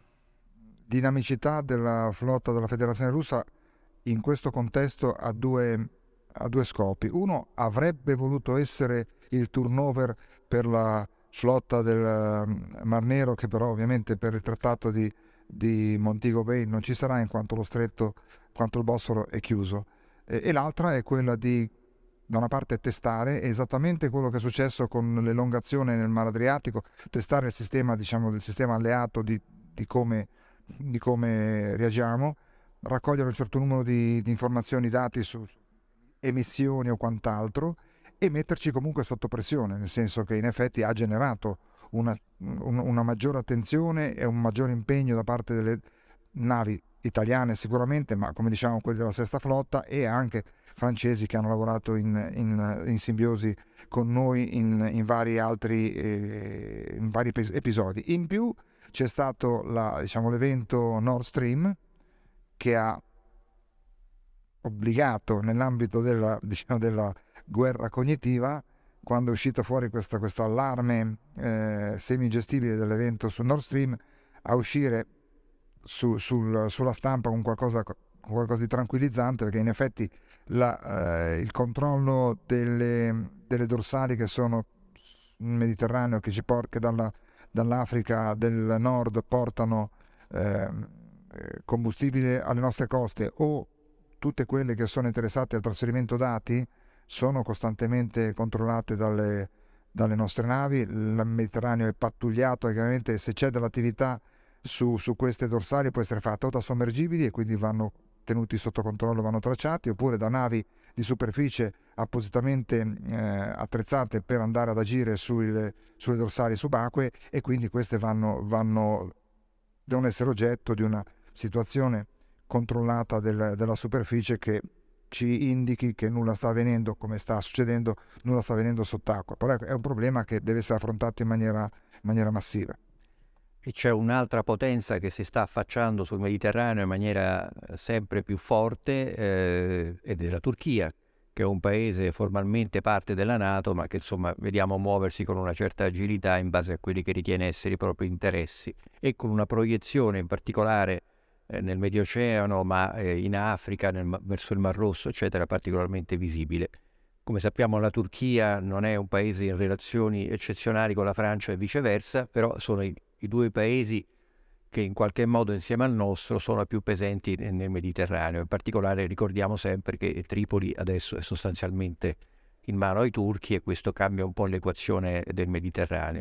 dinamicità della flotta della Federazione Russa in questo contesto ha due, ha due scopi. Uno, avrebbe voluto essere il turnover per la flotta del Mar Nero, che però ovviamente per il trattato di, di Montego Bay non ci sarà, in quanto lo stretto, quanto il Bosforo è chiuso. E, e l'altra è quella di, da una parte, testare esattamente quello che è successo con l'elongazione nel Mar Adriatico, testare il sistema, diciamo, il sistema alleato di, di, come, di come reagiamo, raccogliere un certo numero di, di informazioni, dati su emissioni o quant'altro, e metterci comunque sotto pressione, nel senso che in effetti ha generato una, una maggiore attenzione e un maggiore impegno da parte delle navi italiane sicuramente, ma come diciamo quelle della Sesta Flotta e anche francesi che hanno lavorato in, in, in simbiosi con noi in, in vari altri eh, in vari episodi. In più c'è stato la, diciamo, l'evento Nord Stream, che ha obbligato nell'ambito della, diciamo, della guerra cognitiva, quando è uscito fuori questo, questo allarme eh, semigestibile dell'evento su Nord Stream, a uscire su, sul, sulla stampa con qualcosa, con qualcosa di tranquillizzante, perché in effetti la, eh, il controllo delle, delle dorsali che sono nel Mediterraneo, che, ci por- che dalla, dall'Africa del Nord portano eh, combustibile alle nostre coste, o tutte quelle che sono interessate al trasferimento dati, sono costantemente controllate dalle, dalle nostre navi. Il Mediterraneo è pattugliato, e ovviamente se c'è dell'attività su, su queste dorsali può essere fatta o da sommergibili, e quindi vanno tenuti sotto controllo, vanno tracciati, oppure da navi di superficie appositamente eh, attrezzate per andare ad agire sulle, sulle dorsali subacquee, e quindi queste vanno, vanno, devono essere oggetto di una situazione controllata del, della superficie, che ci indichi che nulla sta avvenendo, come sta succedendo, nulla sta avvenendo sott'acqua. Però è un problema che deve essere affrontato in maniera, in maniera massiva. E c'è un'altra potenza che si sta affacciando sul Mediterraneo in maniera sempre più forte, eh, ed è la Turchia, che è un paese formalmente parte della NATO, ma che insomma vediamo muoversi con una certa agilità in base a quelli che ritiene essere i propri interessi, e con una proiezione in particolare eh, nel Medio Oceano, ma eh, in Africa, nel, verso il Mar Rosso, eccetera, particolarmente visibile. Come sappiamo, la Turchia non è un paese in relazioni eccezionali con la Francia e viceversa, però sono i, i due paesi che in qualche modo insieme al nostro sono più presenti nel Mediterraneo. In particolare ricordiamo sempre che Tripoli adesso è sostanzialmente in mano ai turchi, e questo cambia un po' l'equazione del Mediterraneo.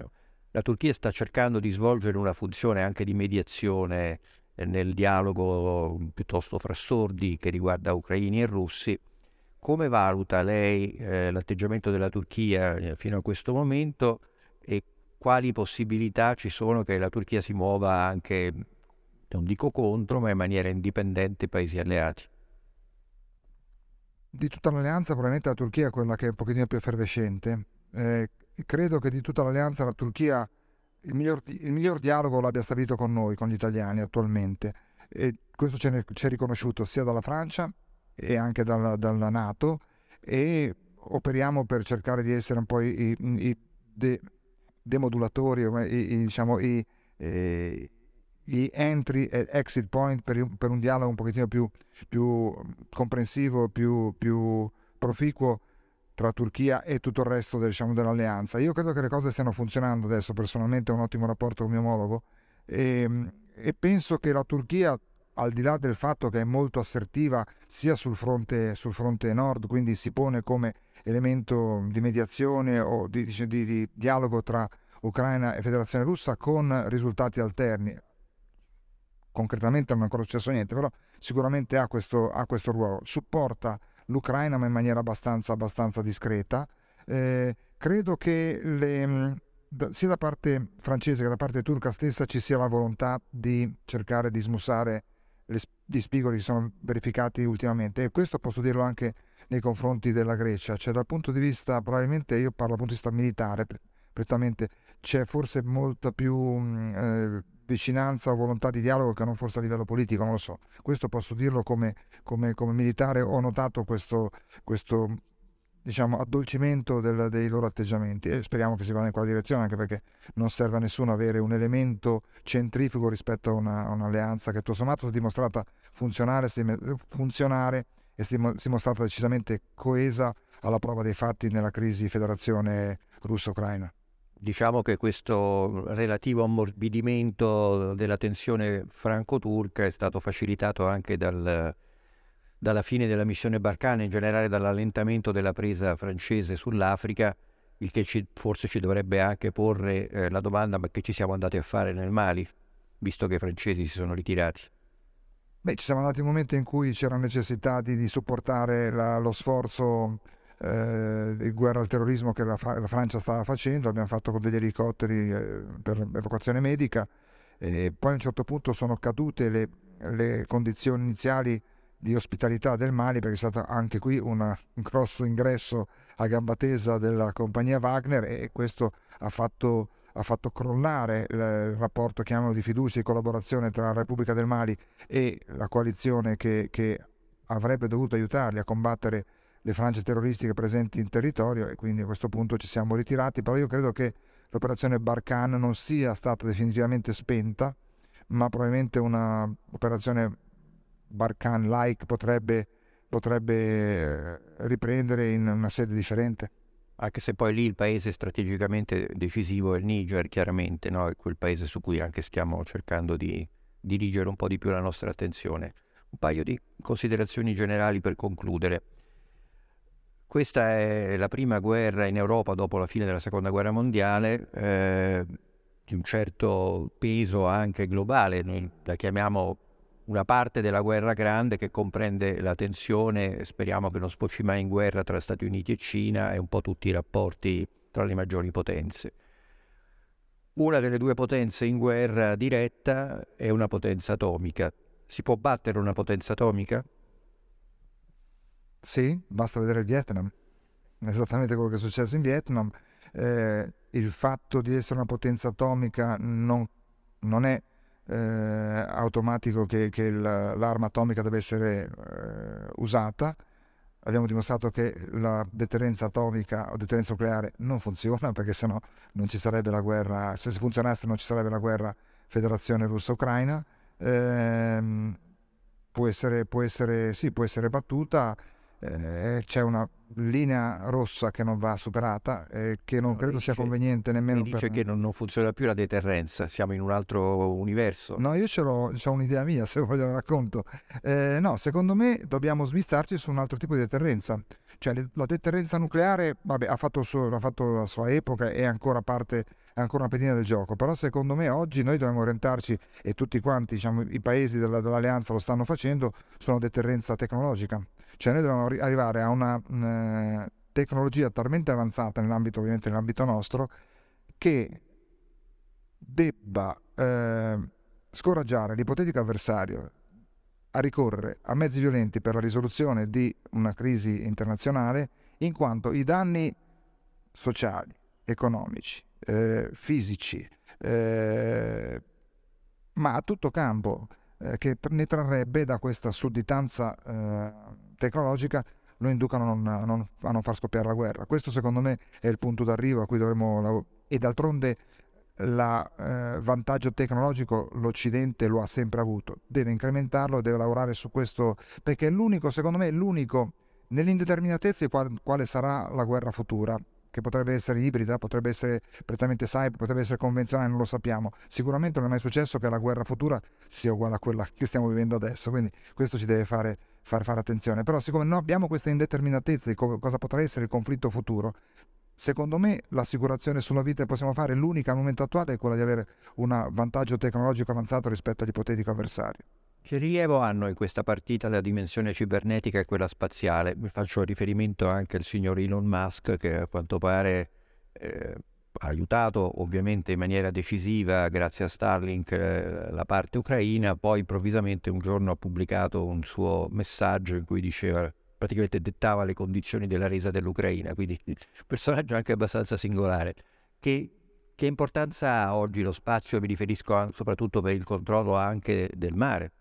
La Turchia sta cercando di svolgere una funzione anche di mediazione eh, nel dialogo piuttosto fra sordi che riguarda ucraini e russi. Come valuta lei eh, l'atteggiamento della Turchia eh, fino a questo momento e quali possibilità ci sono che la Turchia si muova anche, non dico contro, ma in maniera indipendente ai paesi alleati? Di tutta l'alleanza probabilmente la Turchia è quella che è un pochettino più effervescente. Eh, credo che di tutta l'alleanza la Turchia il miglior, il miglior dialogo l'abbia stabilito con noi, con gli italiani attualmente. E questo ci è riconosciuto sia dalla Francia e anche dalla, dalla NATO, e operiamo per cercare di essere un po' i, i de, demodulatori, i, i, diciamo, i, eh, i entry e exit point per un, per un dialogo un pochettino più, più comprensivo, più, più proficuo tra Turchia e tutto il resto del, diciamo, dell'alleanza. Io credo che le cose stiano funzionando adesso, personalmente ho un ottimo rapporto con mio omologo e, e penso che la Turchia, al di là del fatto che è molto assertiva sia sul fronte, sul fronte nord, quindi si pone come elemento di mediazione o di, di, di, di dialogo tra Ucraina e Federazione Russa con risultati alterni. Concretamente non è ancora successo niente, però sicuramente ha questo, ha questo ruolo. Supporta l'Ucraina ma in maniera abbastanza, abbastanza discreta. Eh, credo che le, sia da parte francese che da parte turca stessa ci sia la volontà di cercare di smussare gli spigoli che sono verificati ultimamente, e questo posso dirlo anche nei confronti della Grecia. Cioè, dal punto di vista, probabilmente io parlo dal punto di vista militare, prettamente, c'è forse molta più eh, vicinanza o volontà di dialogo che non forse a livello politico, non lo so. Questo posso dirlo come, come, come militare, ho notato questo, questo diciamo, addolcimento del, dei loro atteggiamenti, e speriamo che si vada in quella direzione, anche perché non serve a nessuno avere un elemento centrifugo rispetto a, una, a un'alleanza che tutto sommato si è dimostrata funzionare, si è, funzionare e si è dimostrata decisamente coesa alla prova dei fatti nella crisi federazione russo-ucraina. Diciamo che questo relativo ammorbidimento della tensione franco-turca è stato facilitato anche dal, dalla fine della missione Barkhane, in generale dall'allentamento della presa francese sull'Africa, il che ci, forse ci dovrebbe anche porre eh, la domanda: ma che ci siamo andati a fare nel Mali, visto che i francesi si sono ritirati? Beh, ci siamo andati in un momento in cui c'era necessità di, di supportare la, lo sforzo eh, di guerra al terrorismo che la, la Francia stava facendo. Abbiamo fatto con degli elicotteri eh, per evacuazione medica, e poi a un certo punto sono cadute le, le condizioni iniziali di ospitalità del Mali, perché è stato anche qui una, un grosso ingresso a gamba tesa della compagnia Wagner, e questo ha fatto, ha fatto crollare il rapporto, chiamiamolo, di fiducia e di collaborazione tra la Repubblica del Mali e la coalizione che, che avrebbe dovuto aiutarli a combattere le frange terroristiche presenti in territorio, e quindi a questo punto ci siamo ritirati. Però io credo che l'operazione Barkhane non sia stata definitivamente spenta, ma probabilmente una operazione Barkhane-like potrebbe, potrebbe riprendere in una sede differente. Anche se poi lì il paese strategicamente decisivo è il Niger, chiaramente, no? È quel paese su cui anche stiamo cercando di dirigere un po' di più la nostra attenzione. Un paio di considerazioni generali per concludere. Questa è la prima guerra in Europa dopo la fine della Seconda Guerra Mondiale, eh, di un certo peso anche globale. Noi la chiamiamo una parte della guerra grande, che comprende la tensione, speriamo che non sfoci mai in guerra, tra Stati Uniti e Cina, e un po' tutti i rapporti tra le maggiori potenze. Una delle due potenze in guerra diretta è una potenza atomica. Si può battere una potenza atomica? Sì, basta vedere il Vietnam, esattamente quello che è successo in Vietnam. Eh, il fatto di essere una potenza atomica non, non è eh, automatico che, che l'arma atomica deve essere eh, usata. Abbiamo dimostrato che la deterrenza atomica o deterrenza nucleare non funziona, perché sennò non ci sarebbe la guerra. Se funzionasse non ci sarebbe la guerra Federazione Russa-Ucraina. Eh, può essere, può essere, sì, può essere battuta. Eh, c'è una linea rossa che non va superata, eh, che non No, credo dice, sia conveniente nemmeno mi dice per... che non, non funziona più la deterrenza, siamo in un altro universo. No, io ce l'ho, c'ho un'idea mia, se voglio la racconto. Eh, no, secondo me dobbiamo smistarci su un altro tipo di deterrenza. Cioè, la deterrenza nucleare, vabbè, ha fatto, suo, ha fatto la sua epoca, è ancora parte, è ancora una pedina del gioco, però secondo me oggi noi dobbiamo orientarci, e tutti quanti, diciamo, i paesi della, dell'alleanza lo stanno facendo, su una deterrenza tecnologica. Cioè noi dobbiamo arrivare a una mh, tecnologia talmente avanzata nell'ambito, ovviamente nell'ambito nostro, che debba eh, scoraggiare l'ipotetico avversario a ricorrere a mezzi violenti per la risoluzione di una crisi internazionale, in quanto i danni sociali, economici, eh, fisici, eh, ma a tutto campo eh, che ne trarrebbe da questa sudditanza eh, tecnologica lo inducano a non, a, non, a non far scoppiare la guerra. Questo secondo me è il punto d'arrivo a cui dovremmo lavorare, e d'altronde il eh, vantaggio tecnologico l'Occidente lo ha sempre avuto, deve incrementarlo, deve lavorare su questo, perché è l'unico, secondo me è l'unico, nell'indeterminatezza di qual, quale sarà la guerra futura, che potrebbe essere ibrida, potrebbe essere prettamente cyber, potrebbe essere convenzionale, non lo sappiamo. Sicuramente non è mai successo che la guerra futura sia uguale a quella che stiamo vivendo adesso, quindi questo ci deve fare, far fare attenzione. Però siccome non abbiamo questa indeterminatezza di co- cosa potrà essere il conflitto futuro, secondo me l'assicurazione sulla vita che possiamo fare, l'unica al momento attuale, è quella di avere un vantaggio tecnologico avanzato rispetto all'ipotetico avversario. Che rilievo hanno in questa partita la dimensione cibernetica e quella spaziale? Mi faccio riferimento anche al signor Elon Musk, che a quanto pare eh, ha aiutato ovviamente in maniera decisiva, grazie a Starlink, eh, la parte ucraina. Poi improvvisamente un giorno ha pubblicato un suo messaggio in cui diceva, praticamente dettava le condizioni della resa dell'Ucraina, quindi un personaggio anche abbastanza singolare. Che, che importanza ha oggi lo spazio? Mi riferisco a, soprattutto per il controllo anche del mare.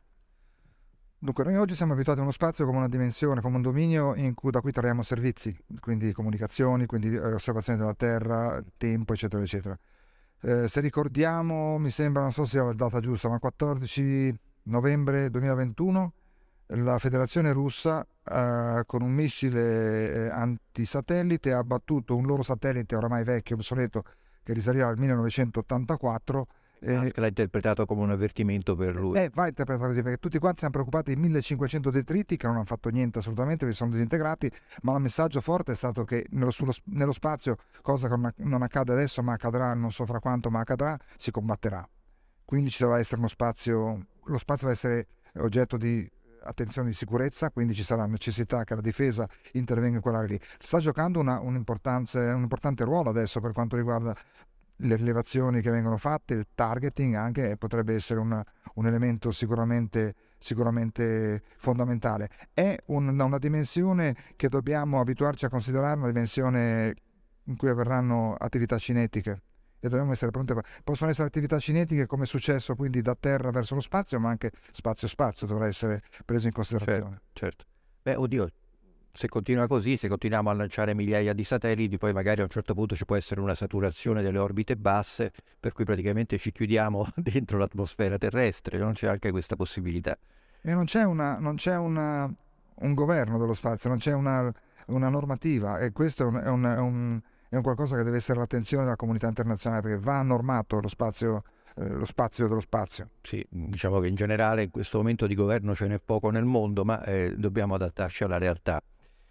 Dunque, noi oggi siamo abituati a uno spazio come una dimensione, come un dominio in cui, da cui traiamo servizi, quindi comunicazioni, quindi eh, osservazioni della Terra, tempo, eccetera, eccetera. Eh, se ricordiamo, mi sembra, non so se è la data giusta, ma quattordici novembre duemilaventuno, la Federazione Russa eh, con un missile eh, antisatellite ha abbattuto un loro satellite oramai vecchio, obsoleto, che risaliva al millenovecentottantaquattro. Musk l'ha interpretato come un avvertimento per lui. Eh, va interpretato così, perché tutti quanti siamo preoccupati di millecinquecento detriti che non hanno fatto niente assolutamente, vi sono disintegrati, ma il messaggio forte è stato che nello, sullo, nello spazio, cosa che non, non accade adesso, ma accadrà, non so fra quanto, ma accadrà, si combatterà. Quindi ci dovrà essere uno spazio, lo spazio deve essere oggetto di attenzione di sicurezza, quindi ci sarà necessità che la difesa intervenga in quell'area lì. Sta giocando una, un, un importante ruolo adesso per quanto riguarda le rilevazioni che vengono fatte, il targeting anche potrebbe essere un, un elemento sicuramente, sicuramente fondamentale. È un, una dimensione che dobbiamo abituarci a considerare, una dimensione in cui avverranno attività cinetiche e dobbiamo essere pronti. Possono essere attività cinetiche come è successo quindi da terra verso lo spazio, ma anche spazio-spazio dovrà essere preso in considerazione. Certo, certo. Beh, oddio, se continua così, se continuiamo a lanciare migliaia di satelliti, poi magari a un certo punto ci può essere una saturazione delle orbite basse, per cui praticamente ci chiudiamo dentro l'atmosfera terrestre, non c'è anche questa possibilità. E non c'è, una, non c'è una, un governo dello spazio, non c'è una, una normativa, e questo è un, è, un, è, un, è un qualcosa che deve essere l'attenzione della comunità internazionale, perché va normato lo spazio, eh, lo spazio dello spazio. Sì, diciamo che in generale in questo momento di governo ce n'è poco nel mondo, ma eh, dobbiamo adattarci alla realtà.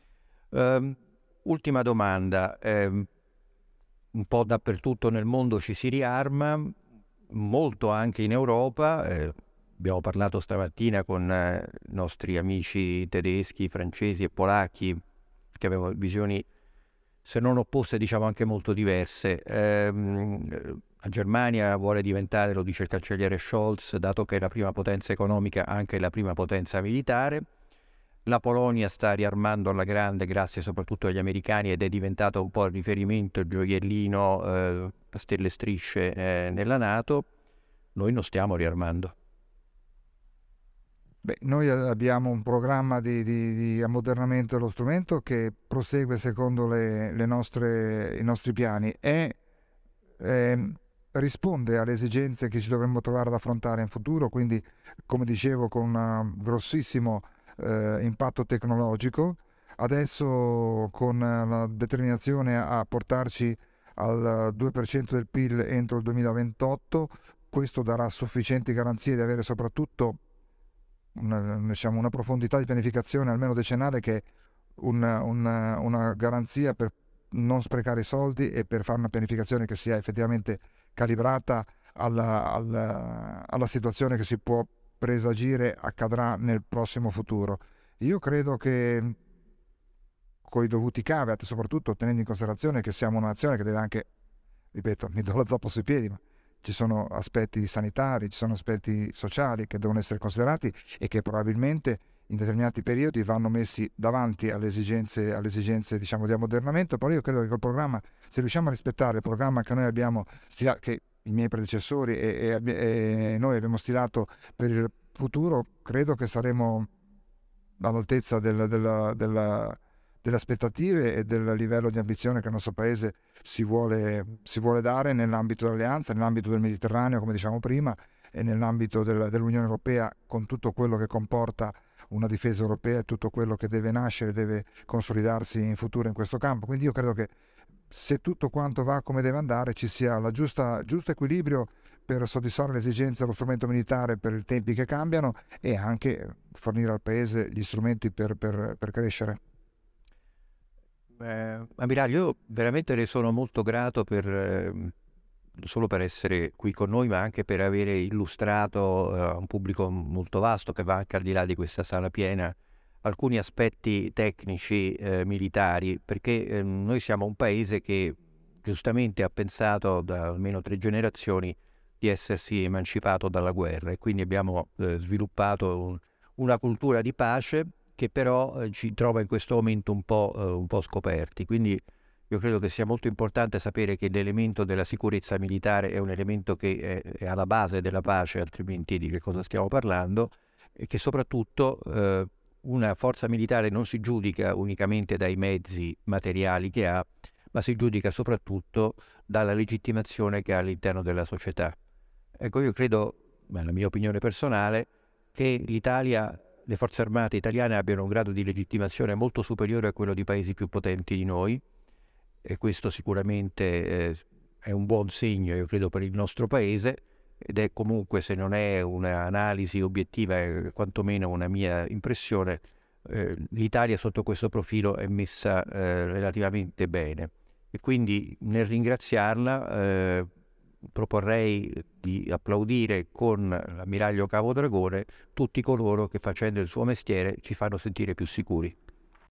Um, ultima domanda, um, un po' dappertutto nel mondo ci si riarma, molto anche in Europa, eh, abbiamo parlato stamattina con eh, i nostri amici tedeschi, francesi e polacchi che avevano visioni, se non opposte, diciamo anche molto diverse. Um, la Germania vuole diventare, lo dice il cancelliere Scholz, dato che è la prima potenza economica, anche la prima potenza militare. La Polonia sta riarmando alla grande grazie soprattutto agli americani ed è diventato un po' il riferimento, il gioiellino, eh, a stelle e strisce eh, nella NATO. Noi non stiamo riarmando. Beh, noi abbiamo un programma di, di, di ammodernamento dello strumento che prosegue secondo le, le nostre, i nostri piani e eh, risponde alle esigenze che ci dovremmo trovare ad affrontare in futuro, quindi come dicevo con un grossissimo eh, impatto tecnologico, adesso con la determinazione a portarci al due per cento del P I L entro il duemilaventotto, questo darà sufficienti garanzie di avere soprattutto una, diciamo, una profondità di pianificazione almeno decennale che è una, una, una garanzia per non sprecare i soldi e per fare una pianificazione che sia effettivamente calibrata alla, alla, alla situazione che si può presagire accadrà nel prossimo futuro. Io credo che, con i dovuti caveat, soprattutto tenendo in considerazione che siamo una nazione che deve anche, ripeto, mi do la zappa sui piedi, ma ci sono aspetti sanitari, ci sono aspetti sociali che devono essere considerati e che probabilmente in determinati periodi vanno messi davanti alle esigenze, alle esigenze diciamo, di ammodernamento. Però io credo che col programma, se riusciamo a rispettare il programma che noi abbiamo, che i miei predecessori e, e, e noi abbiamo stilato per il futuro, credo che saremo all'altezza del, della, della, delle aspettative e del livello di ambizione che il nostro paese si vuole, si vuole dare nell'ambito dell'alleanza, nell'ambito del Mediterraneo, come diciamo prima, e nell'ambito del, dell'Unione Europea, con tutto quello che comporta una difesa europea e tutto quello che deve nascere, deve consolidarsi in futuro in questo campo. Quindi io credo che se tutto quanto va come deve andare, ci sia il giusto equilibrio per soddisfare le esigenze dello strumento militare per i tempi che cambiano e anche fornire al Paese gli strumenti per, per, per crescere. Eh, ammiraglio, io veramente le sono molto grato per, eh, solo per essere qui con noi, ma anche per avere illustrato eh, a un pubblico molto vasto che va anche al di là di questa sala piena alcuni aspetti tecnici eh, militari, perché eh, noi siamo un paese che giustamente ha pensato da almeno tre generazioni di essersi emancipato dalla guerra e quindi abbiamo eh, sviluppato un, una cultura di pace che però eh, ci trova in questo momento un po', eh, un po' scoperti. Quindi io credo che sia molto importante sapere che l'elemento della sicurezza militare è un elemento che è, è alla base della pace, altrimenti di che cosa stiamo parlando, e che soprattutto eh, una forza militare non si giudica unicamente dai mezzi materiali che ha, ma si giudica soprattutto dalla legittimazione che ha all'interno della società. Ecco, io credo, ma è la mia opinione personale, che l'Italia, le forze armate italiane abbiano un grado di legittimazione molto superiore a quello di paesi più potenti di noi, e questo sicuramente eh, è un buon segno, io credo, per il nostro paese, ed è comunque, se non è un'analisi obiettiva, è quantomeno una mia impressione, eh, l'Italia sotto questo profilo è messa eh, relativamente bene. E quindi nel ringraziarla eh, proporrei di applaudire con l'ammiraglio Cavo Dragone tutti coloro che facendo il suo mestiere ci fanno sentire più sicuri.